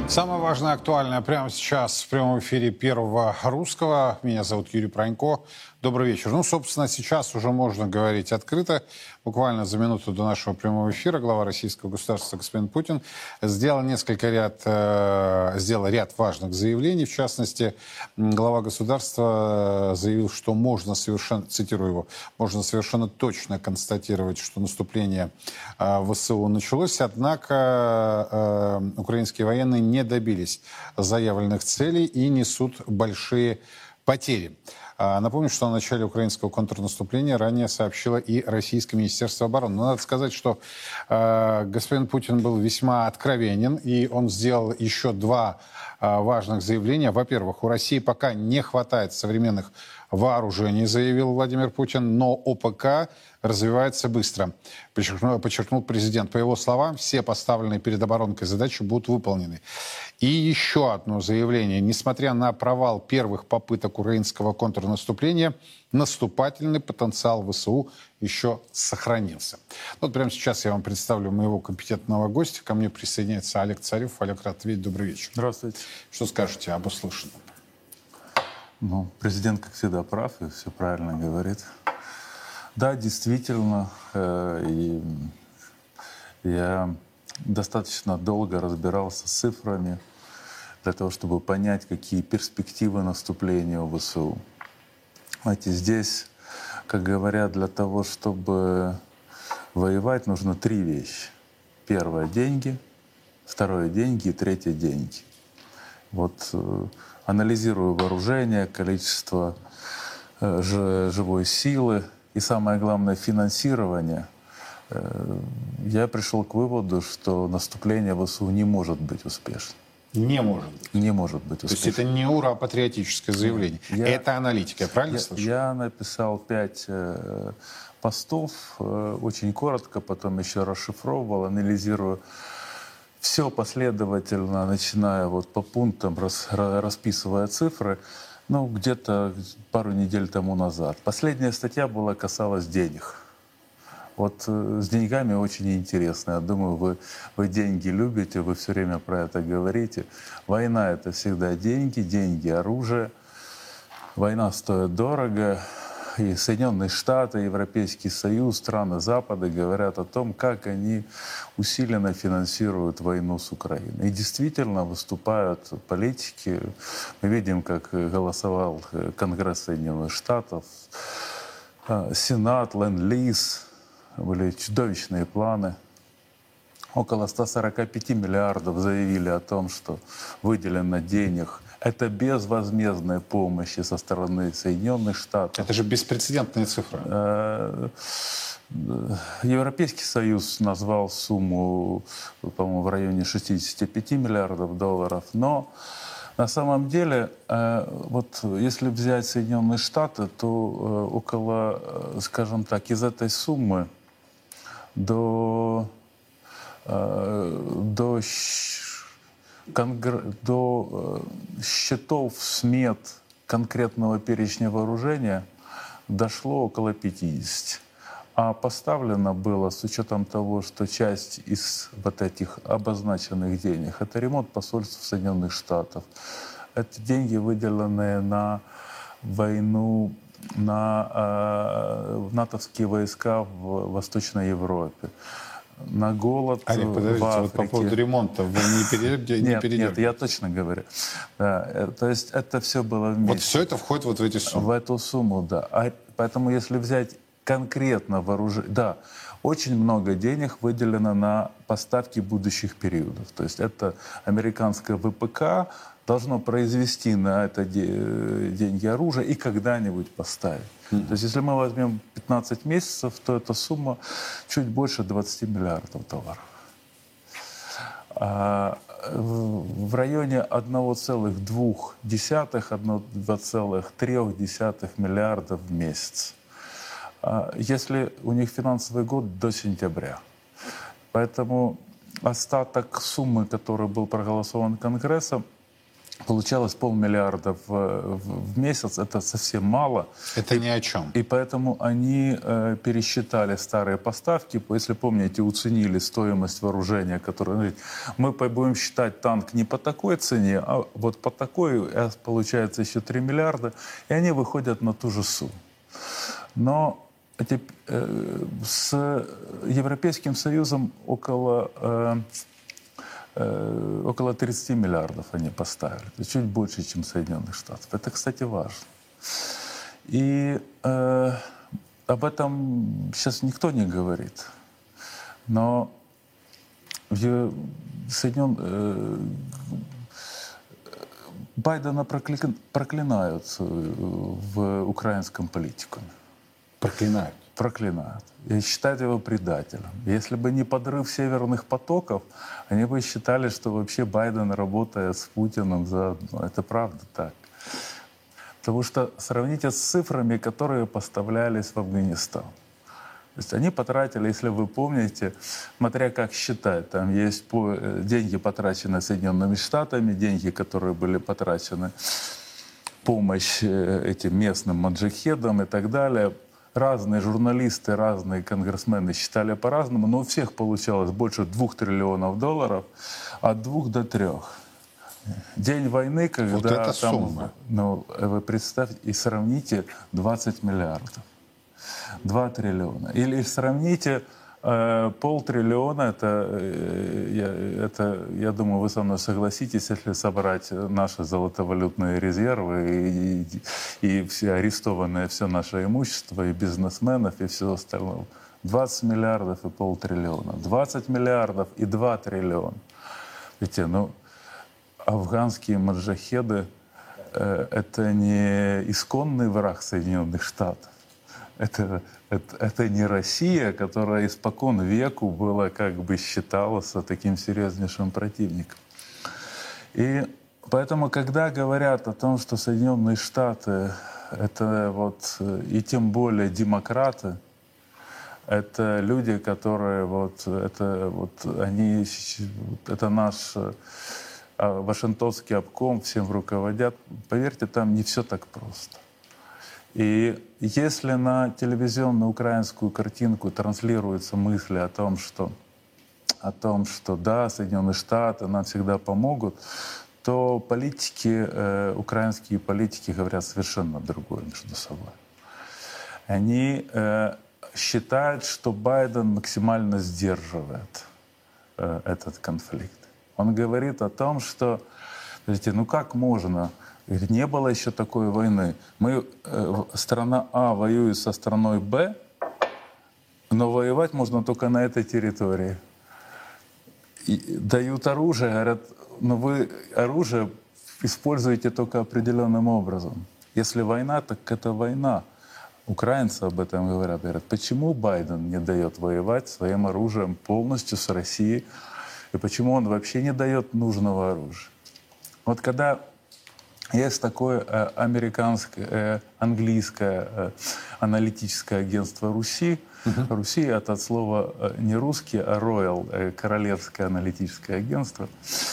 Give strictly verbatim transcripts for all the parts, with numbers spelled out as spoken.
Самое важное, актуальное прямо сейчас в прямом эфире Первого Русского. Меня зовут Юрий Пронько. Добрый вечер. Ну, собственно, сейчас уже можно говорить открыто. Буквально за минуту до нашего прямого эфира глава российского государства господин Путин сделал несколько ряд, э, сделал ряд важных заявлений. В частности, глава государства заявил, что можно совершенно, цитирую его, можно совершенно точно констатировать, что наступление э, ВСУ началось. Однако э, украинские военные не добились заявленных целей и несут большие потери. Напомню, что о начале украинского контрнаступления ранее сообщило и Российское Министерство обороны. Но надо сказать, что э, господин Путин был весьма откровенен, и он сделал еще два э, важных заявления. Во-первых, у России пока не хватает современных вооружений, заявил Владимир Путин, но ОПК развивается быстро, подчеркнул, подчеркнул президент. По его словам, все поставленные перед оборонкой задачи будут выполнены. И еще одно заявление. Несмотря на провал первых попыток украинского контрнаступления, наступательный потенциал ВСУ еще сохранился. Вот прямо сейчас я вам представлю моего компетентного гостя. Ко мне присоединяется Олег Царев. Олег, рад видеть. Добрый вечер. Здравствуйте. Что скажете об услышанном? Ну, президент, как всегда, прав и все правильно говорит. Да, действительно, э, и я достаточно долго разбирался с цифрами для того, чтобы понять, какие перспективы наступления у ВСУ. Знаете, здесь, как говорят, для того, чтобы воевать, нужно три вещи. Первое — деньги, второе — деньги и третье — деньги. Вот э, анализируя вооружение, количество э, ж, живой силы и, самое главное, финансирование, э, я пришел к выводу, что наступление ВСУ не может быть успешным. Не может быть. Не может быть успешным. То есть это не ура-патриотическое заявление. Я, это аналитика, я правильно я, слышу? Я написал пять э, постов, э, очень коротко, потом еще расшифровывал, анализируя все последовательно, начиная вот по пунктам, рас, расписывая цифры, ну, где-то пару недель тому назад. Последняя статья была, касалась денег. Вот э, с деньгами очень интересно. Я думаю, вы, вы деньги любите, вы все время про это говорите. Война — это всегда деньги, деньги — оружие. Война стоит дорого. И Соединенные Штаты, Европейский Союз, страны Запада говорят о том, как они усиленно финансируют войну с Украиной. И действительно выступают политики. Мы видим, как голосовал Конгресс Соединенных Штатов, Сенат, Ленд-лиз. Были чудовищные планы. Около ста сорока пяти миллиардов заявили о том, что выделено денег. Это безвозмездная помощь со стороны Соединенных Штатов. Это же беспрецедентная цифра. Европейский Союз назвал сумму, по-моему, в районе шестидесяти пяти миллиардов долларов. Но на самом деле, вот если взять Соединенные Штаты, то около, скажем так, из этой суммы до, до Конгр... до э, счетов, смет конкретного перечня вооружения дошло около пятидесяти. А поставлено было, с учетом того, что часть из вот этих обозначенных денег — это ремонт посольств Соединенных Штатов. Это деньги, выделенные на войну, на э, натовские войска в Восточной Европе, на голод. Олег, подождите, в Африке. Вот по поводу ремонта вы не передержите? Нет, нет, я точно говорю. Да, то есть это все было вместе. Вот все это входит вот в эти суммы? В эту сумму, да. А поэтому если взять конкретно вооружение... Да, очень много денег выделено на поставки будущих периодов. То есть это американское ВПК должно произвести на это деньги оружие и когда-нибудь поставить. Mm-hmm. То есть если мы возьмем пятнадцать месяцев, то эта сумма чуть больше двадцати миллиардов долларов. А в районе одного целых двух десятых — одного целых трёх десятых миллиардов в месяц. Если у них финансовый год до сентября. Поэтому остаток суммы, который был проголосован Конгрессом, получалось полмиллиарда в, в, в месяц. Это совсем мало. Это ни о чем. И поэтому они э, пересчитали старые поставки. Если помните, уценили стоимость вооружения, которое... Мы будем считать танк не по такой цене, а вот по такой, а получается еще три миллиарда. И они выходят на ту же сумму. Но эти, э, с Европейским Союзом около... Э, около тридцати миллиардов они поставили. Это чуть больше, чем Соединенных Штатов. Это, кстати, важно. И э, об этом сейчас никто не говорит. Но в Соединен... э, Байдена прокля... проклинают в украинском политикуме. Проклинают? Проклинают. И считают его предателем. Если бы не подрыв северных потоков, они бы считали, что вообще Байден работает с Путиным заодно. Это правда так. Потому что сравните с цифрами, которые поставлялись в Афганистан. То есть они потратили, если вы помните, смотря как считать, там есть по, деньги, потраченные Соединенными Штатами, деньги, которые были потрачены, помощь этим местным маджахедам и так далее. Разные журналисты, разные конгрессмены считали по-разному, но у всех получалось больше двух триллионов долларов, от двух до трех. День войны, когда... Вот это там, сумма. ну, вы представьте и сравните двадцать миллиардов. два триллиона. Или сравните э, полтриллиона, это, э, я, это, я думаю, вы со мной согласитесь, если собрать наши золотовалютные резервы и, и, и все арестованное все наше имущество, и бизнесменов, и все остальное. двадцать миллиардов и полтриллиона. двадцать миллиардов и два триллиона. Видите, ну, афганские маджахеды э, — это не исконный враг Соединенных Штатов. Это, это, это не Россия, которая испокон веку была, как бы считалась таким серьезнейшим противником. И поэтому, когда говорят о том, что Соединенные Штаты — это вот, и тем более демократы, это люди, которые вот, это вот, они, это наш Вашингтонский обком, всем руководят, поверьте, там не все так просто. И если на телевизионную украинскую картинку транслируются мысли о том, что, о том, что да, Соединенные Штаты нам всегда помогут, то политики, э, украинские политики говорят совершенно другое между собой. Они э, считают, что Байден максимально сдерживает э, этот конфликт. Он говорит о том, что, знаете, ну как можно... Не было еще такой войны. Мы, э, страна А воюет со страной Б, но воевать можно только на этой территории. И дают оружие, говорят, но вы оружие используете только определенным образом. Если война, так это война. Украинцы об этом говорят. Говорят, почему Байден не дает воевать своим оружием полностью с Россией? И почему он вообще не дает нужного оружия? Вот когда... Есть такое э, американское, э, английское э, аналитическое агентство Руси. Uh-huh. Руси — это от слова э, не русский, а Royal, э, королевское аналитическое агентство.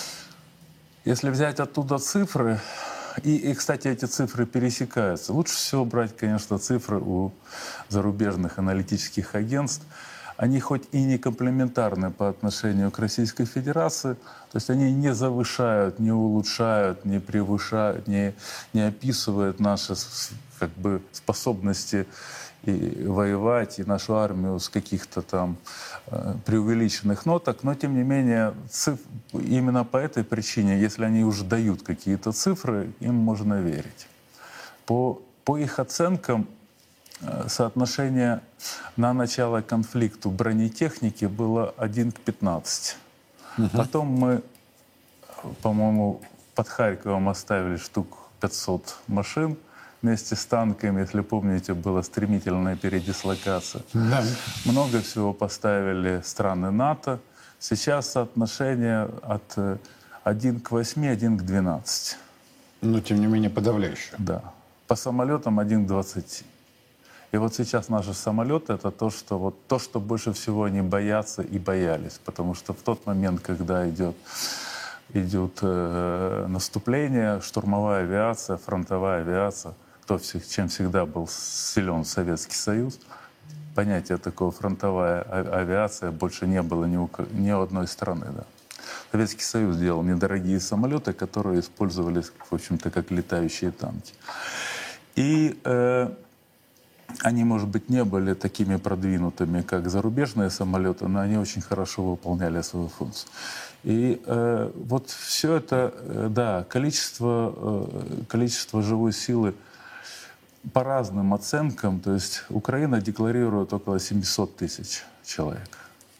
Если взять оттуда цифры, и, и, кстати, эти цифры пересекаются. Лучше всего брать, конечно, цифры у зарубежных аналитических агентств. Они хоть и не комплементарны по отношению к Российской Федерации, то есть они не завышают, не улучшают, не превышают, не, не описывают наши как бы, способности и воевать, и нашу армию с каких-то там э, преувеличенных ноток, но тем не менее циф... именно по этой причине, если они уже дают какие-то цифры, им можно верить. По, по их оценкам, соотношение на начало конфликта бронетехники было один к пятнадцати. Угу. Потом мы, по-моему, под Харьковом оставили штук пятьсот машин вместе с танками. Если помните, была стремительная передислокация. Да. Много всего поставили страны НАТО. Сейчас соотношение от один к восьми, один к двенадцати. Но, тем не менее, подавляющее. Да. По самолетам один к двадцати. И вот сейчас наши самолеты — это то, что, вот, то, что больше всего они боятся и боялись. Потому что в тот момент, когда идет идет э, наступление, штурмовая авиация, фронтовая авиация, то, чем всегда был силен Советский Союз. Понятия такого фронтовая авиация больше не было ни у, ни у одной страны. Да. Советский Союз делал недорогие самолеты, которые использовались, в общем-то, как летающие танки. И э, они, может быть, не были такими продвинутыми, как зарубежные самолеты, но они очень хорошо выполняли свою функцию. И э, вот все это, э, да, количество, э, количество живой силы по разным оценкам, то есть Украина декларирует около семьсот тысяч человек.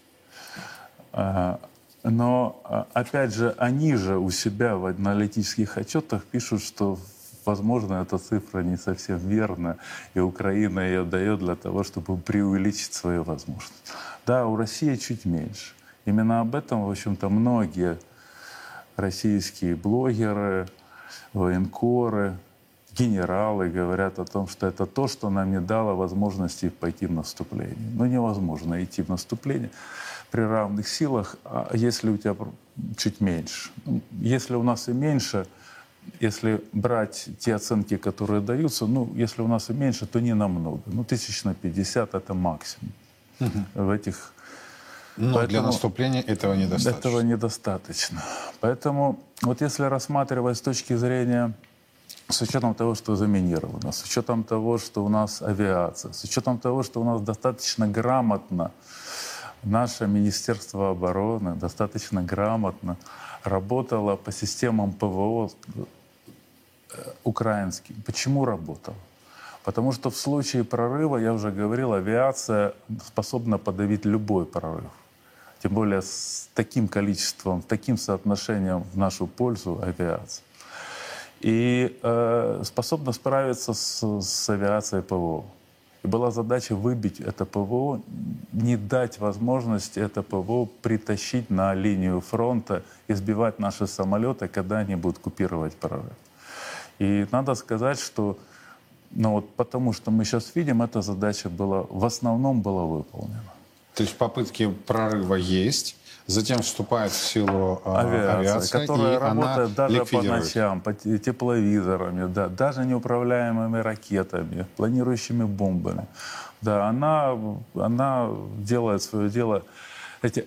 Но, опять же, они же у себя в аналитических отчетах пишут, что, возможно, эта цифра не совсем верна, и Украина ее дает для того, чтобы преувеличить свои возможности. Да, у России чуть меньше. Именно об этом, в общем-то, многие российские блогеры, военкоры, генералы говорят о том, что это то, что нам не дало возможности пойти в наступление. Но невозможно идти в наступление при равных силах, а если у тебя чуть меньше. Если у нас и меньше, если брать те оценки, которые даются, ну, если у нас и меньше, то не намного. Ну, тысяч на пятьдесят — это максимум. Угу. В этих... Но Поэтому для наступления этого недостаточно. Этого недостаточно. Поэтому вот если рассматривать с точки зрения... С учетом того, что заминировано, с учетом того, что у нас авиация, с учетом того, что у нас достаточно грамотно наше Министерство обороны, достаточно грамотно работало по системам ПВО украинским. Почему работало? Потому что в случае прорыва, я уже говорил, авиация способна подавить любой прорыв. Тем более с таким количеством, таким соотношением в нашу пользу авиации. И э, способна справиться с, с авиацией ПВО. И была задача выбить это ПВО, не дать возможности это ПВО притащить на линию фронта и сбивать наши самолеты, когда они будут купировать прорыв. И надо сказать, что ну вот потому что мы сейчас видим, эта задача была, в основном была выполнена. То есть попытки прорыва есть, затем вступает в силу э, авиация, авиация, которая и работает она даже по ликвидирует. ночам, по тепловизорами, да, даже неуправляемыми ракетами, планирующими бомбами. Да, она, она делает свое дело. Эти,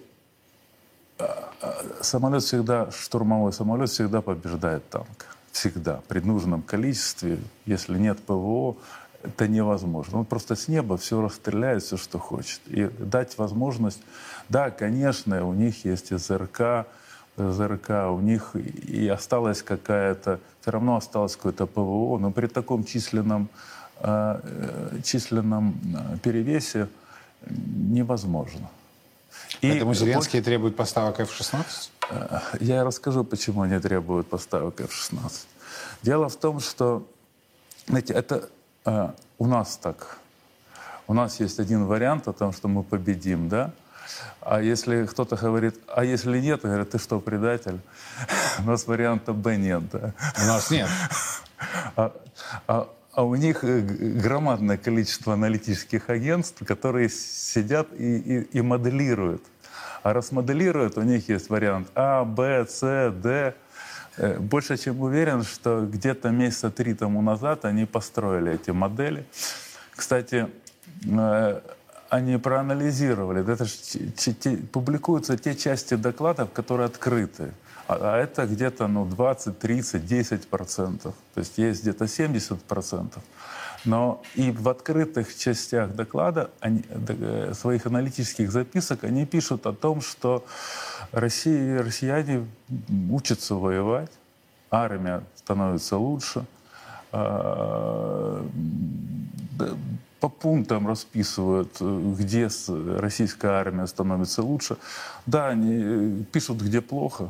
самолет всегда, штурмовой самолет всегда побеждает танк. Всегда. При нужном количестве, если нет ПВО, это невозможно. Он просто с неба все расстреляет, все, что хочет. И дать возможность... Да, конечно, у них есть ЗРК, ЗРК, у них и осталась какая-то... Все равно осталось какое-то ПВО, но при таком численном, э, численном перевесе невозможно. И Поэтому Зеленский требует поставок эф шестнадцать? Я расскажу, почему они требуют поставок эф шестнадцать. Дело в том, что, знаете, это... У нас так. У нас есть один вариант о том, что мы победим, да? А если кто-то говорит, а если нет, говорят, ты что, предатель? У нас варианта Б нет, да? У нас нет. А, а, а у них громадное количество аналитических агентств, которые сидят и, и, и моделируют. А раз моделируют, у них есть вариант А, Б, С, Д. Больше чем уверен, что где-то месяца три тому назад они построили эти модели. Кстати, они проанализировали. Это же те, публикуются те части докладов, которые открыты. А, а это где-то ну, двадцать, тридцать, десять процентов. То есть есть где-то семьдесят процентов. Но и в открытых частях доклада, они, своих аналитических записок, они пишут о том, что Россия, россияне учатся воевать, армия становится лучше, по пунктам расписывают, где российская армия становится лучше. Да, они пишут, где плохо.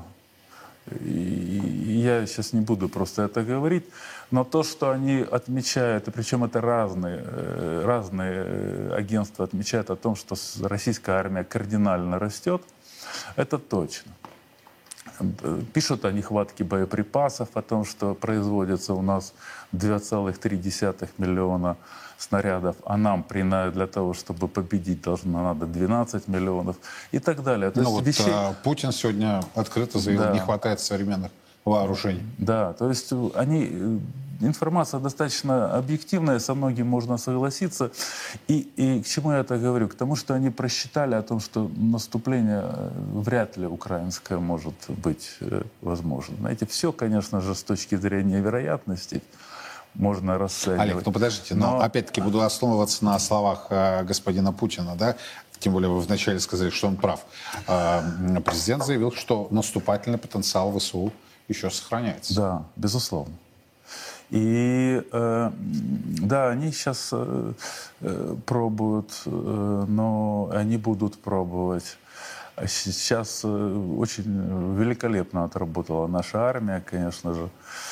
И я сейчас не буду просто это говорить, но то, что они отмечают, и причем это разные, разные агентства отмечают о том, что российская армия кардинально растет, это точно. Пишут о нехватке боеприпасов, о том, что производится у нас два целых три десятых миллиона снарядов, а нам при, для того, чтобы победить, должно надо двенадцать миллионов и так далее. То ну есть вот вещей... а, Путин сегодня открыто заявил, Да. не хватает современных вооружений. Да, то есть они, информация достаточно объективная, со многим можно согласиться. И, и к чему я это говорю? К тому, что они просчитали о том, что наступление вряд ли украинское может быть возможно. Знаете, все, конечно же, с точки зрения вероятностей можно расценивать. Олег, ну подождите, но, но опять-таки буду основываться на словах э, господина Путина, да? Тем более вы вначале сказали, что он прав. Э, президент заявил, что наступательный потенциал ВСУ еще сохраняется. Да, безусловно. И э, да, они сейчас э, э, пробуют, э, но они будут пробовать. Сейчас э, очень великолепно отработала наша армия, конечно же.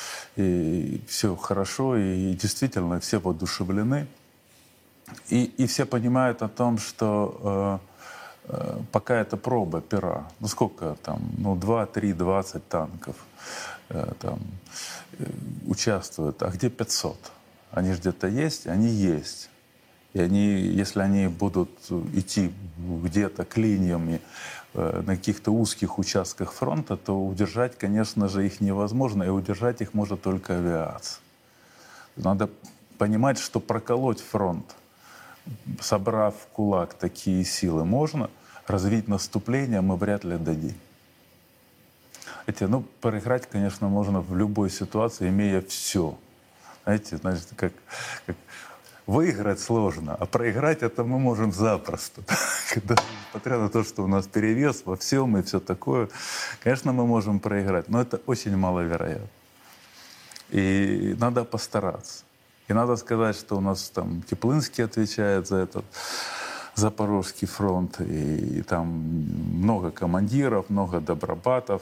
И все хорошо, и действительно все воодушевлены. И, и все понимают о том, что э, э, пока это проба пера. Ну сколько там? Ну два, три, двадцать танков э, там э, участвуют. А где пятьсот? Они же где-то есть? Они есть. И они, если они будут идти где-то клиньями э, на каких-то узких участках фронта, то удержать, конечно же, их невозможно. И удержать их может только авиация. Надо понимать, что проколоть фронт, собрав в кулак такие силы, можно. Развить наступление мы вряд ли дадим. Знаете, ну, проиграть, конечно, можно в любой ситуации, имея все. Знаете, значит, как, как выиграть сложно, а проиграть это мы можем запросто. Когда, несмотря на то, что у нас перевес во всем и все такое, конечно, мы можем проиграть, но это очень маловероятно. И надо постараться. И надо сказать, что у нас там Теплынский отвечает за этот Запорожский фронт, и, и там много командиров, много добробатов,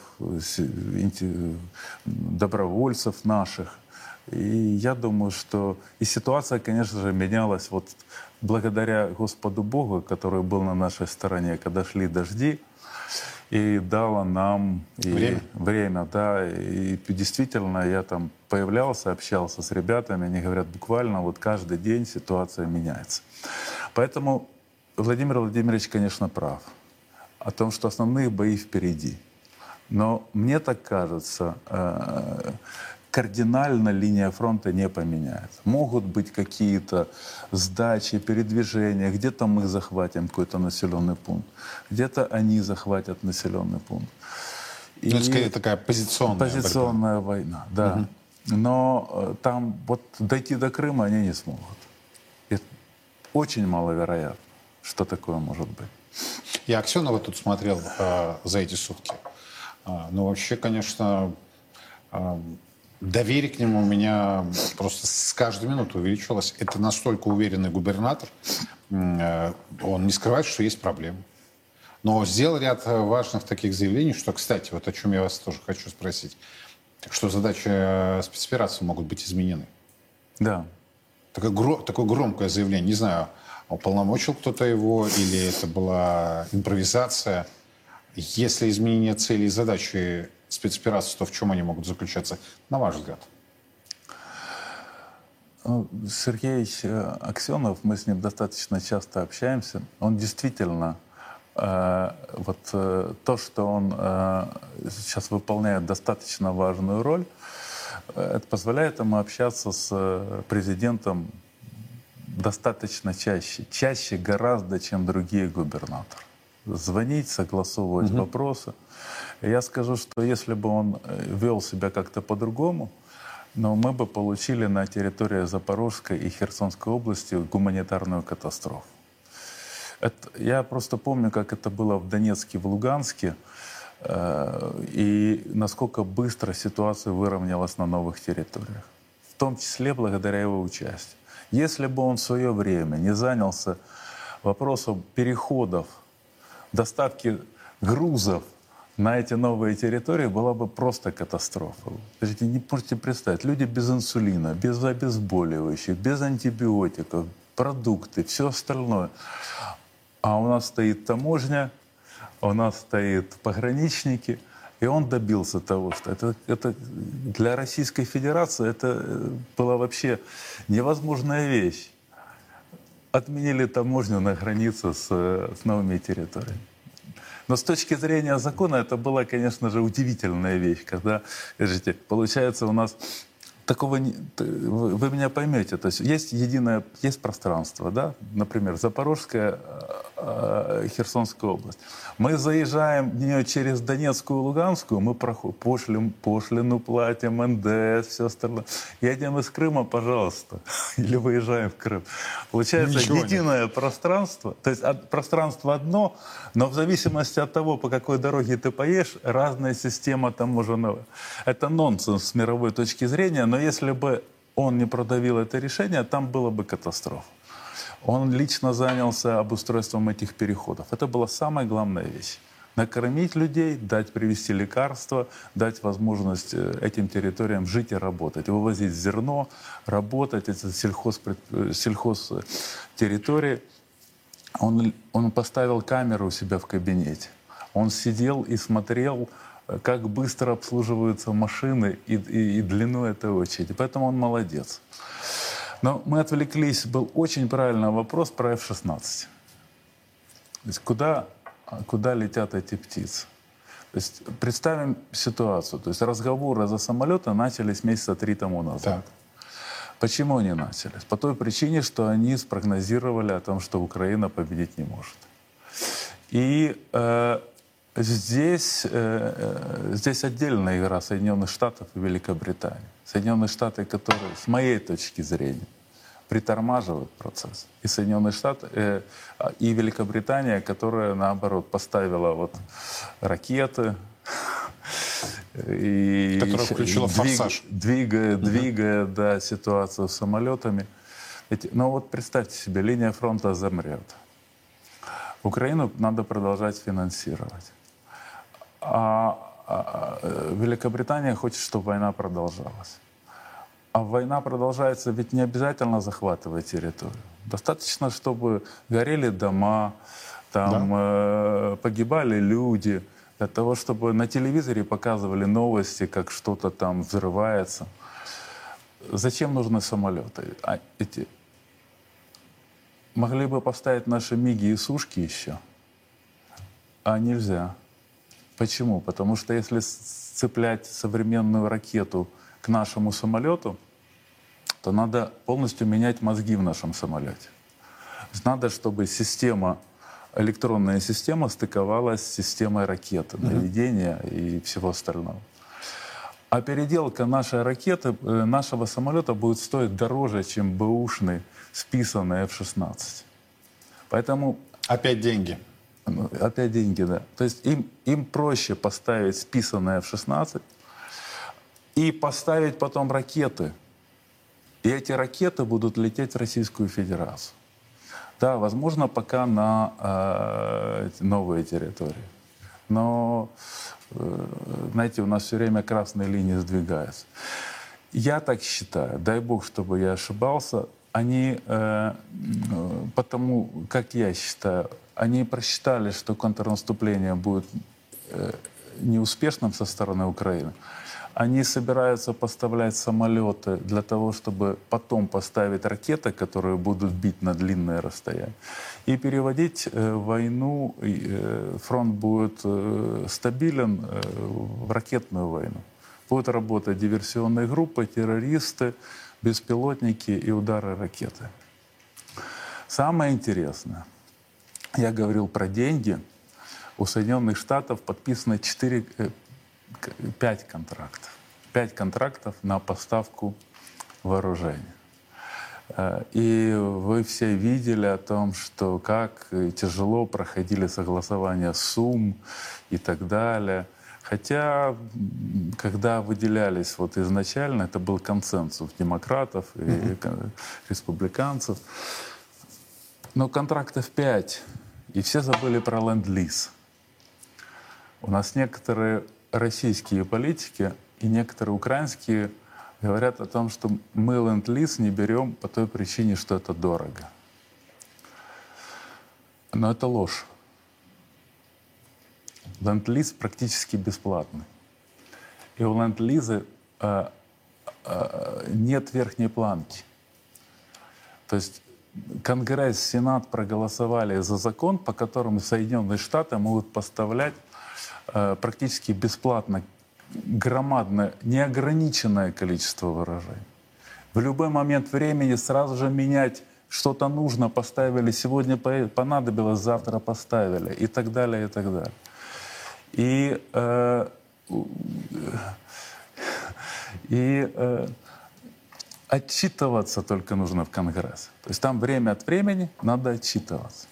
добровольцев наших. И я думаю, что и ситуация, конечно же, менялась вот благодаря Господу Богу, который был на нашей стороне, когда шли дожди, и дала нам и время. время, да. И действительно, я там появлялся, общался с ребятами, они говорят, буквально вот каждый день ситуация меняется. Поэтому Владимир Владимирович, конечно, прав о том, что основные бои впереди. Но мне так кажется, кардинально линия фронта не поменяется. Могут быть какие-то сдачи, передвижения, где-то мы захватим какой-то населенный пункт, где-то они захватят населенный пункт. И ну, это скорее такая позиционная Позиционная борьба. война, да. Угу. Но э, там вот дойти до Крыма они не смогут. И очень маловероятно, что такое может быть. Я Аксенова тут смотрел э, за эти сутки. А, ну, вообще, конечно... Э, Доверие к нему у меня просто с каждой минутой увеличивалось. Это настолько уверенный губернатор. Он не скрывает, что есть проблемы. Но сделал ряд важных таких заявлений, что, кстати, вот о чем я вас тоже хочу спросить, что задачи спецоперации могут быть изменены. Да. Такое, такое громкое заявление. Не знаю, уполномочил кто-то его или это была импровизация. Если изменение целей и задачи спецоперации, то в чем они могут заключаться, на ваш взгляд? Сергей Аксенов, мы с ним достаточно часто общаемся. Он действительно, э, вот э, то, что он э, сейчас выполняет достаточно важную роль, э, это позволяет ему общаться с президентом достаточно чаще. Чаще гораздо, чем другие губернаторы. Звонить, согласовывать угу. вопросы. Я скажу, что если бы он вел себя как-то по-другому, но мы бы получили на территории Запорожской и Херсонской области гуманитарную катастрофу. Это, я просто помню, как это было в Донецке, в Луганске, э, и насколько быстро ситуация выровнялась на новых территориях. В том числе благодаря его участию. Если бы он в свое время не занялся вопросом переходов, доставки грузов на эти новые территории, была бы просто катастрофа. Вы не можете представить, люди без инсулина, без обезболивающих, без антибиотиков, продукты, все остальное. А у нас стоит таможня, у нас стоят пограничники, И он добился того, что это, это для Российской Федерации это была вообще невозможная вещь. Отменили таможню на границе с, с новыми территориями. Но с точки зрения закона это была, конечно же, удивительная вещь, когда, скажите, получается у нас такого, не, вы, вы меня поймете, то есть есть единое, есть пространство, да, например, Запорожская, э, Херсонская область. Мы заезжаем в нее через Донецкую, Луганскую, мы проходим, пошлим, пошлину платим, эн дэ эс, все остальное. Едем из Крыма, пожалуйста, или выезжаем в Крым. Получается Ничего единое нет. пространство, то есть от, пространство одно, но в зависимости от того, по какой дороге ты поедешь, разная система таможенного. Это нонсенс с мировой точки зрения, но если бы он не продавил это решение, там была бы катастрофа. Он лично занялся обустройством этих переходов. Это была самая главная вещь. Накормить людей, дать привезти лекарства, дать возможность этим территориям жить и работать. Вывозить зерно, работать, это сельхоз, сельхозтерритории. Он, он поставил камеру у себя в кабинете. Он сидел и смотрел, как быстро обслуживаются машины и, и, и длину этой очереди. Поэтому он молодец. Но мы отвлеклись, был очень правильный вопрос про эф шестнадцать. То есть куда, куда летят эти птицы? То есть представим ситуацию. То есть разговоры за самолеты начались месяца три тому назад. Так. Почему они начались? По той причине, что они спрогнозировали о том, что Украина победить не может. И э, здесь, э, здесь отдельная игра Соединенных Штатов и Великобритании. Соединенные Штаты, которые, с моей точки зрения, притормаживают процесс. И Соединенные Штаты, э, и Великобритания, которая, наоборот, поставила вот ракеты, и которая включила двиг, форсаж. Двигая, угу. двигая да, ситуацию с самолетами. Эти, ну вот представьте себе, линия фронта замрет. Украину надо продолжать финансировать. А, а Великобритания хочет, чтобы война продолжалась. А война продолжается, ведь не обязательно захватывать территорию. Достаточно, чтобы горели дома, там да. э, погибали люди, для того, чтобы на телевизоре показывали новости, как что-то там взрывается. Зачем нужны самолеты? А эти... Могли бы поставить наши миги и сушки еще, а нельзя. Почему? Потому что если сцеплять современную ракету к нашему самолету, то надо полностью менять мозги в нашем самолете. Надо, чтобы система, электронная система стыковалась с системой ракеты, наведения и всего остального. А переделка нашей ракеты, нашего самолета будет стоить дороже, чем бэушный, списанный эф шестнадцать. Поэтому... Опять деньги. Опять деньги, да. То есть им, им проще поставить списанный эф шестнадцать и поставить потом ракеты. И эти ракеты будут лететь в Российскую Федерацию. Да, возможно, пока на э, новые территории. Но, э, знаете, у нас все время красные линии сдвигаются. Я так считаю, дай бог, чтобы я ошибался, они, э, потому, как я считаю, они просчитали, что контрнаступление будет э, неуспешным со стороны Украины. Они собираются поставлять самолеты для того, чтобы потом поставить ракеты, которые будут бить на длинное расстояние. И переводить э, войну, э, фронт будет э, стабилен э, в ракетную войну. Будут работать диверсионные группы, террористы, беспилотники и удары ракеты. Самое интересное, я говорил про деньги. У Соединенных Штатов подписано четыре, пять контрактов. Пять контрактов на поставку вооружения. И вы все видели о том, что как тяжело проходили согласования сумм и так далее. Хотя, когда выделялись вот изначально, это был консенсус демократов и mm-hmm. республиканцев. Но контрактов пять, и все забыли про ленд-лиз. У нас некоторые российские политики и некоторые украинские говорят о том, что мы ленд-лиз не берем по той причине, что это дорого. Но это ложь. ленд-лиз практически бесплатный. И у ленд-лиза э, э, нет верхней планки. То есть Конгресс, Сенат проголосовали за закон, по которому Соединенные Штаты могут поставлять э, практически бесплатно громадное, неограниченное количество вооружений. В любой момент времени сразу же менять что-то нужно, поставили, сегодня понадобилось, завтра поставили, и так далее, и так далее. И, э, и э, отчитываться только нужно в Конгрессе. То есть там время от времени надо отчитываться.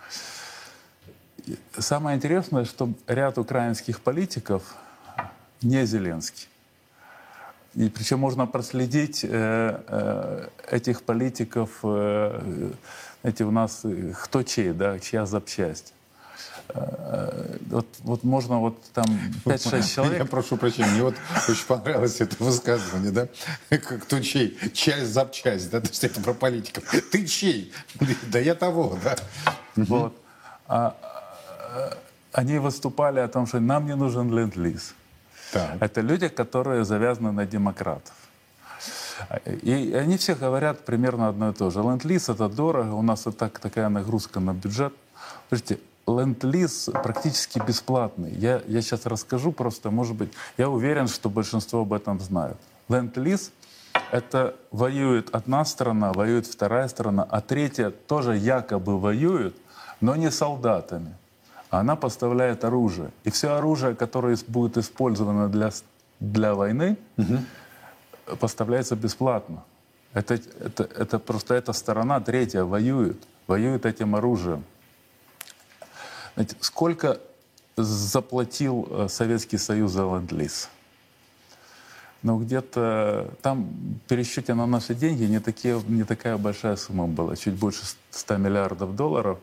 И самое интересное, что ряд украинских политиков не Зеленский. И причем можно проследить э, э, этих политиков, э, знаете, у нас кто чей, да, чья запчасть. Э, вот, вот можно вот там пять-шесть человек... Я прошу прощения, мне вот очень понравилось это высказывание, да? Кто чей? Чья запчасть, да? То есть это про политиков. Ты чей? Да я того, да? Вот. А, а, они выступали о том, что нам не нужен ленд-лиз. Так. Это люди, которые завязаны на демократов. И они все говорят примерно одно и то же. Ленд-лиз — это дорого, у нас и так такая нагрузка на бюджет. Слушайте, ленд-лиз практически бесплатный. Я, я сейчас расскажу просто, может быть, я уверен, что большинство об этом знают. Ленд-лиз — это воюет одна страна, воюет вторая страна, а третья тоже якобы воюет, но не солдатами. Она поставляет оружие. И все оружие, которое будет использовано для, для войны, угу. поставляется бесплатно. Это, это, это просто эта сторона третья воюет, воюет этим оружием. Знаете, сколько заплатил Советский Союз за ленд-лиз? Ну, где-то там в пересчете на наши деньги не, такие, не такая большая сумма была, чуть больше ста миллиардов долларов.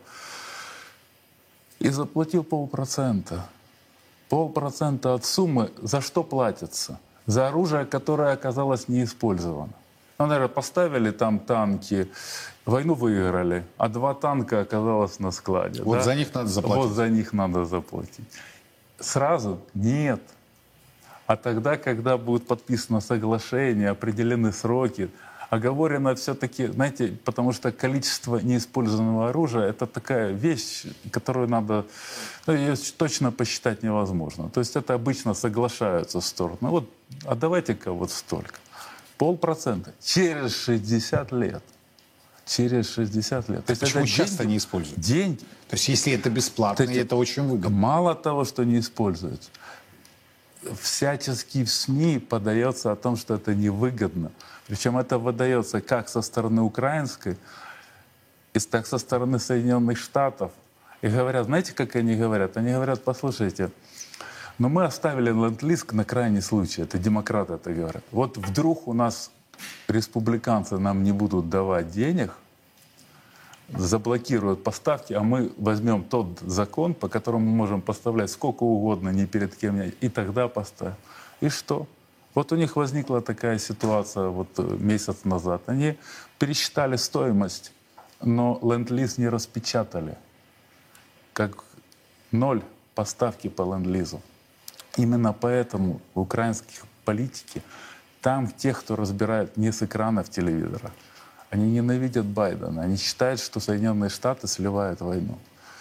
И заплатил полпроцента. Полпроцента от суммы за что платится? За оружие, которое оказалось не использовано. Ну, наверное, поставили там танки, войну выиграли, а два танка оказалось на складе. Вот да? за них надо заплатить. Вот за них надо заплатить. Сразу нет. А тогда, когда будет подписано соглашение, определены сроки, оговорено все-таки, знаете, потому что количество неиспользованного оружия — это такая вещь, которую надо, ну, ее точно посчитать невозможно. То есть это обычно соглашаются стороны. Вот, а давайте-ка вот столько. Полпроцента. Через шестьдесят лет. Через шестьдесят лет. То есть почему часто деньги, не используют? Деньги. То есть если это бесплатно, это, это очень выгодно. Мало того, что не используется. Всячески в СМИ подается о том, что это невыгодно. Причем это выдается как со стороны украинской, и так со стороны Соединенных Штатов. И говорят, знаете, как они говорят? Они говорят, послушайте, но мы оставили ленд-лиз на крайний случай. Это демократы это говорят. Вот вдруг у нас республиканцы нам не будут давать денег, заблокируют поставки, а мы возьмем тот закон, по которому мы можем поставлять сколько угодно, ни перед кем, и тогда поставим. И что? Вот у них возникла такая ситуация вот месяц назад. Они пересчитали стоимость, но ленд-лиз не распечатали. Как ноль поставки по ленд-лизу. Именно поэтому в украинских политике, там тех, кто разбирает не с экранов телевизора, они ненавидят Байдена. Они считают, что Соединенные Штаты сливают войну.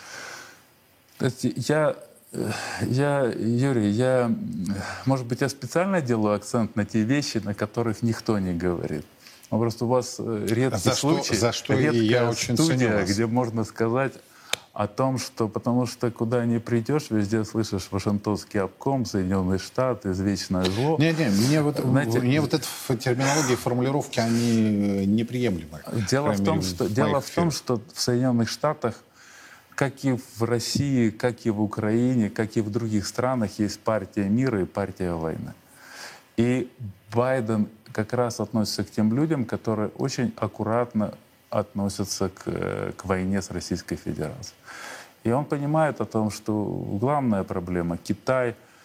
То есть я... Я, Юрий, я, может быть, я специально делаю акцент на те вещи, на которых никто не говорит. Но просто у вас редкий за случай, что, за что редкая я очень студия, где можно сказать о том, что, потому что куда ни придешь, везде слышишь Вашингтонский обком, Соединенные Штаты, извечное зло. Не-не, мне вот, Знаете, мне вот эта терминология, формулировки, они неприемлемы. Дело, в том, что, дело в том, что в Соединенных Штатах, как и в России, как и в Украине, как и в других странах, есть партия мира и партия войны. И Байден как раз относится к тем людям, которые очень аккуратно относятся к, к войне с Российской Федерацией. И он понимает о том, что главная проблема — Китай,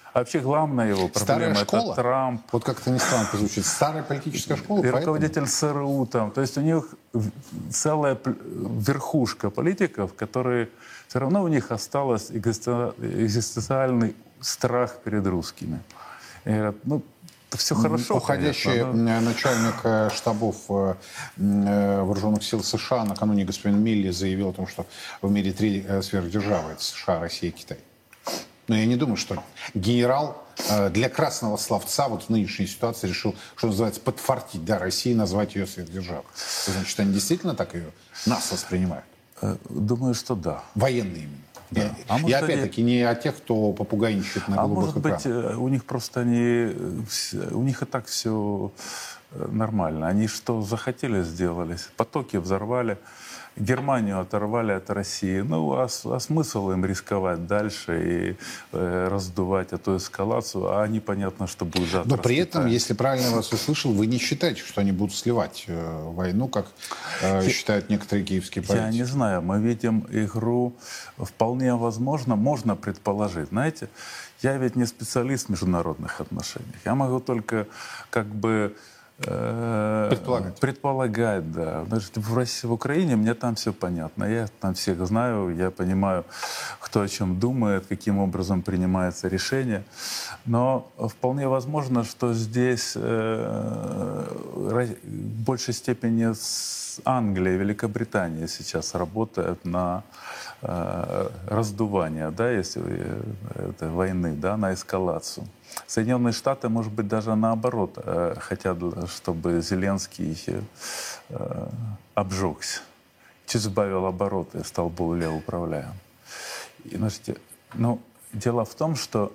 А вообще главная его проблема — это школа? Трамп. Вот как-то не странно звучит. Старая политическая школа, И поэтому... руководитель ЦРУ там. То есть у них целая пл- верхушка политиков, которые... Все равно у них осталось экзистенциальный страх перед русскими. И говорят, ну, все хорошо, Уходящий конечно, но... начальник э, штабов э, э, вооруженных сил США накануне господин Милли заявил о том, что в мире три э, сверхдержавы. Это США, Россия и Китай. Но я не думаю, что генерал э, для красного словца вот в нынешней ситуации решил, что называется, подфартить, да, России, назвать ее сверхдержавой. Значит, они действительно так ее нас воспринимают? Э, Думаю, что да. Военные именно. Да. Я, А может, я опять-таки они... не о тех, кто попугайничает на А голубых может быть, экранах. э, у них просто они... э, вс- У них и так все нормально. Они что захотели, сделали. Потоки взорвали. Германию оторвали от России. Ну, а, с- а смысл им рисковать дальше и э, раздувать эту эскалацию? А непонятно, что будет завтра. Но при с этом, Китаем. если правильно вас услышал, вы не считаете, что они будут сливать э, войну, как э, считают некоторые киевские политики? Я не знаю, мы видим игру, вполне возможно, можно предположить. Знаете, я ведь не специалист в международных отношениях. Я могу только как бы... э, Предполагать. Предполагать, да. Значит, в России, в Украине мне там все понятно. Я там всех знаю, я понимаю, кто о чем думает, каким образом принимается решение. Но вполне возможно, что здесь э, ра- в большей степени с Англией, Великобританией сейчас работают на э, раздувание, да, если э, это войны, да, на эскалацию. Соединенные Штаты, может быть, даже наоборот, э, хотят, чтобы Зеленский э, обжегся, чуть сбавил обороты и стал более управляем. И, знаете, ну, дело в том, что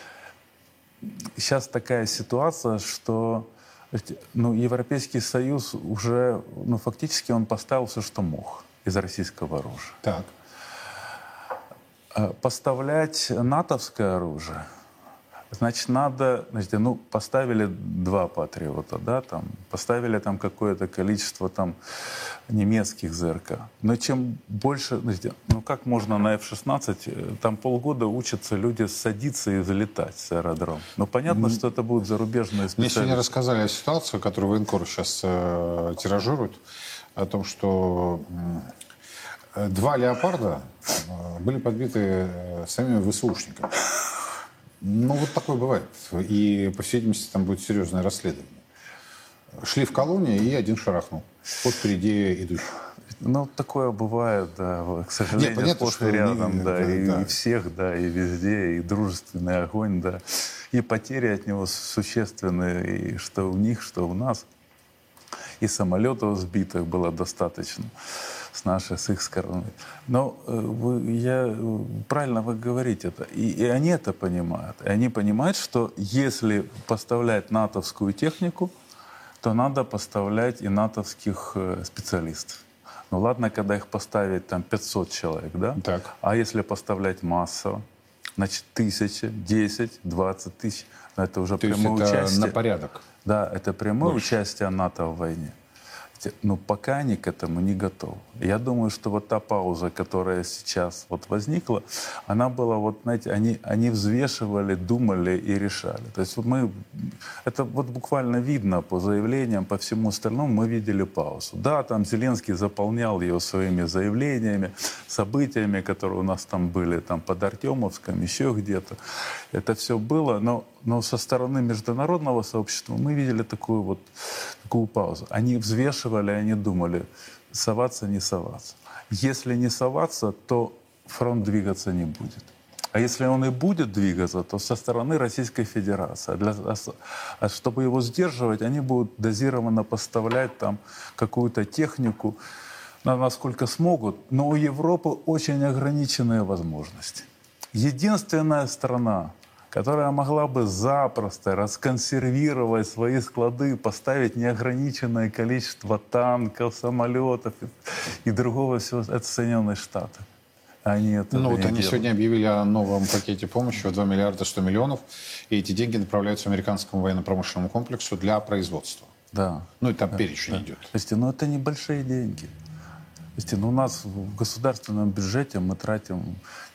сейчас такая ситуация, что ну, Европейский Союз уже, ну, фактически он поставил все, что мог из российского оружия. Так. А поставлять натовское оружие, значит, надо, значит, ну, поставили два патриота, да, там, поставили там какое-то количество там немецких ЗРК. Но чем больше, значит, ну, как можно на эф шестнадцать, там полгода учатся люди садиться и залетать с аэродрома. Но понятно, что это будут зарубежные Мне сегодня специалисты. рассказали о ситуации, которую военкор сейчас э, тиражирует, о том, что э, два леопарда э, были подбиты э, самими ВСУшниками. Ну, вот такое бывает. И, по всей видимости, там будет серьезное расследование. Шли в колонии, и один шарахнул. Вот впереди идущий. Ну, такое бывает, да, к сожалению, Нет, понятно, сплошь что и рядом, не- да, да, и, да. и всех, да, и везде, и дружественный огонь, да, и потери от него существенные, и что у них, что у нас, и самолетов сбитых было достаточно с нашей, с их стороны. Но э, вы, я, э, правильно вы говорите это, и, и они это понимают, и они понимают, что если поставлять натовскую технику, то надо поставлять и натовских э, специалистов. Ну ладно, когда их поставить там пятьсот человек, да? Так. А если поставлять массово, значит, тысяча, десять, двадцать тысяч, ну, это уже То есть прямое это участие. на порядок. Да, это прямое Больше. участие НАТО в войне. Но пока они к этому не готовы. Я думаю, что вот та пауза, которая сейчас вот возникла, она была, вот, знаете, они, они взвешивали, думали и решали. То есть вот мы, это вот буквально видно по заявлениям, по всему остальному, мы видели паузу. Да, там Зеленский заполнял ее своими заявлениями, событиями, которые у нас там были, там под Артемовском, еще где-то. Это все было, но, но со стороны международного сообщества мы видели такую вот такую паузу. Они взвешивали, они думали, соваться, не соваться. Если не соваться, то фронт двигаться не будет. А если он и будет двигаться, то со стороны Российской Федерации. А для, а чтобы его сдерживать, они будут дозированно поставлять там какую-то технику, насколько смогут. Но у Европы очень ограниченные возможности. Единственная страна, которая могла бы запросто расконсервировать свои склады, поставить неограниченное количество танков, самолетов и, и другого всего, это Соединенные Штаты. Они это Ну, не вот они делают. сегодня объявили о новом пакете помощи в два миллиарда сто миллионов, и эти деньги направляются американскому военно-промышленному комплексу для производства. Да. Ну, и там перечень идет. То есть, ну, это небольшие деньги. То есть, ну, у нас в государственном бюджете мы тратим,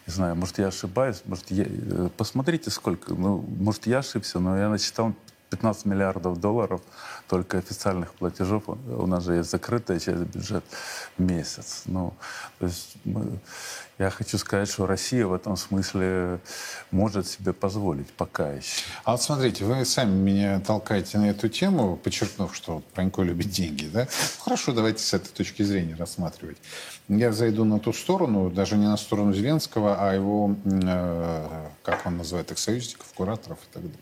Не знаю, может, я ошибаюсь, может, я... э, посмотрите, сколько, ну, может, я ошибся, но я насчитал пятнадцать миллиардов долларов только официальных платежей. У нас же есть закрытая часть бюджета в месяц. Ну, то есть мы... я хочу сказать, что Россия в этом смысле может себе позволить пока еще. А вот смотрите, вы сами меня толкаете на эту тему, подчеркнув, что Пронько любит деньги, да? Ну, хорошо, давайте с этой точки зрения рассматривать. Я зайду на ту сторону, даже не на сторону Зеленского, а его, э, как он называет их, союзников, кураторов и так далее.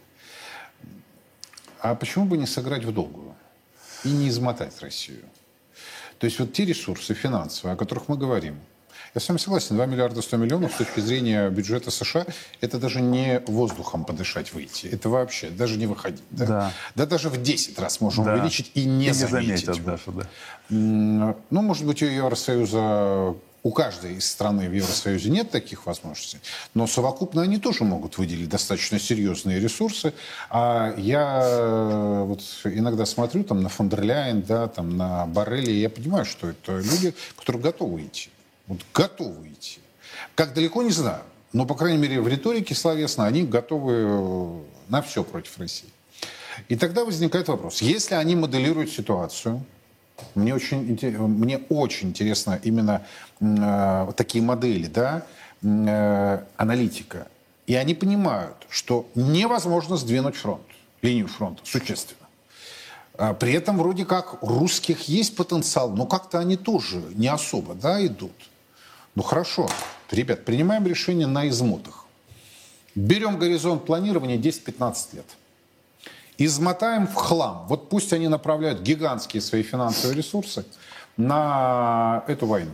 А почему бы не сыграть в долгую и не измотать Россию? То есть вот те ресурсы финансовые, о которых мы говорим, я с вами согласен, два миллиарда сто миллионов с точки зрения бюджета США, это даже не воздухом подышать выйти, это вообще даже не выходить. Да, да. да даже в десять раз можем да. увеличить и не, и не заметить. заметят даже, да. Ну, может быть, у Евросоюза, у каждой из страны в Евросоюзе нет таких возможностей, но совокупно они тоже могут выделить достаточно серьезные ресурсы. А я вот иногда смотрю там, на фон дер Ляйен, да, там, на Боррелли, и я понимаю, что это люди, которые готовы идти. Вот готовы идти. Как далеко, не знаю. Но, по крайней мере, в риторике словесно они готовы на все против России. И тогда возникает вопрос. Если они моделируют ситуацию, мне очень, мне очень интересно именно э, такие модели, да, э, аналитика. И они понимают, что невозможно сдвинуть фронт, линию фронта существенно. При этом вроде как у русских есть потенциал, но как-то они тоже не особо, да, идут. Ну хорошо, ребят, принимаем решение на измотах. Берем горизонт планирования десять-пятнадцать лет. Измотаем в хлам. Вот пусть они направляют гигантские свои финансовые ресурсы на эту войну.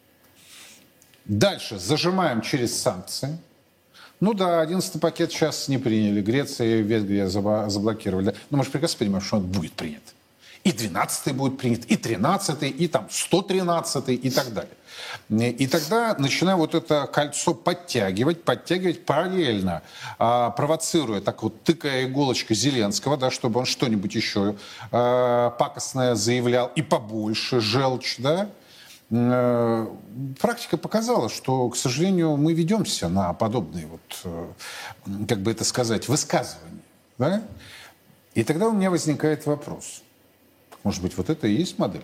Дальше зажимаем через санкции. Ну да, одиннадцатый пакет сейчас не приняли. Греция и Венгрия заблокировали. Но мы же прекрасно понимаем, что он будет принят. И двенадцатый будет принят, и тринадцатый, и там сто тринадцатый, и так далее. И тогда начинаю вот это кольцо подтягивать, подтягивать параллельно, а, провоцируя, так вот тыкая иголочкой Зеленского, да, чтобы он что-нибудь еще а, пакостное заявлял, и побольше, желчь, да. А, практика показала, что, к сожалению, мы ведемся на подобные, вот, как бы это сказать, высказывания. Да? И тогда у меня возникает вопрос. Может быть, вот это и есть модель?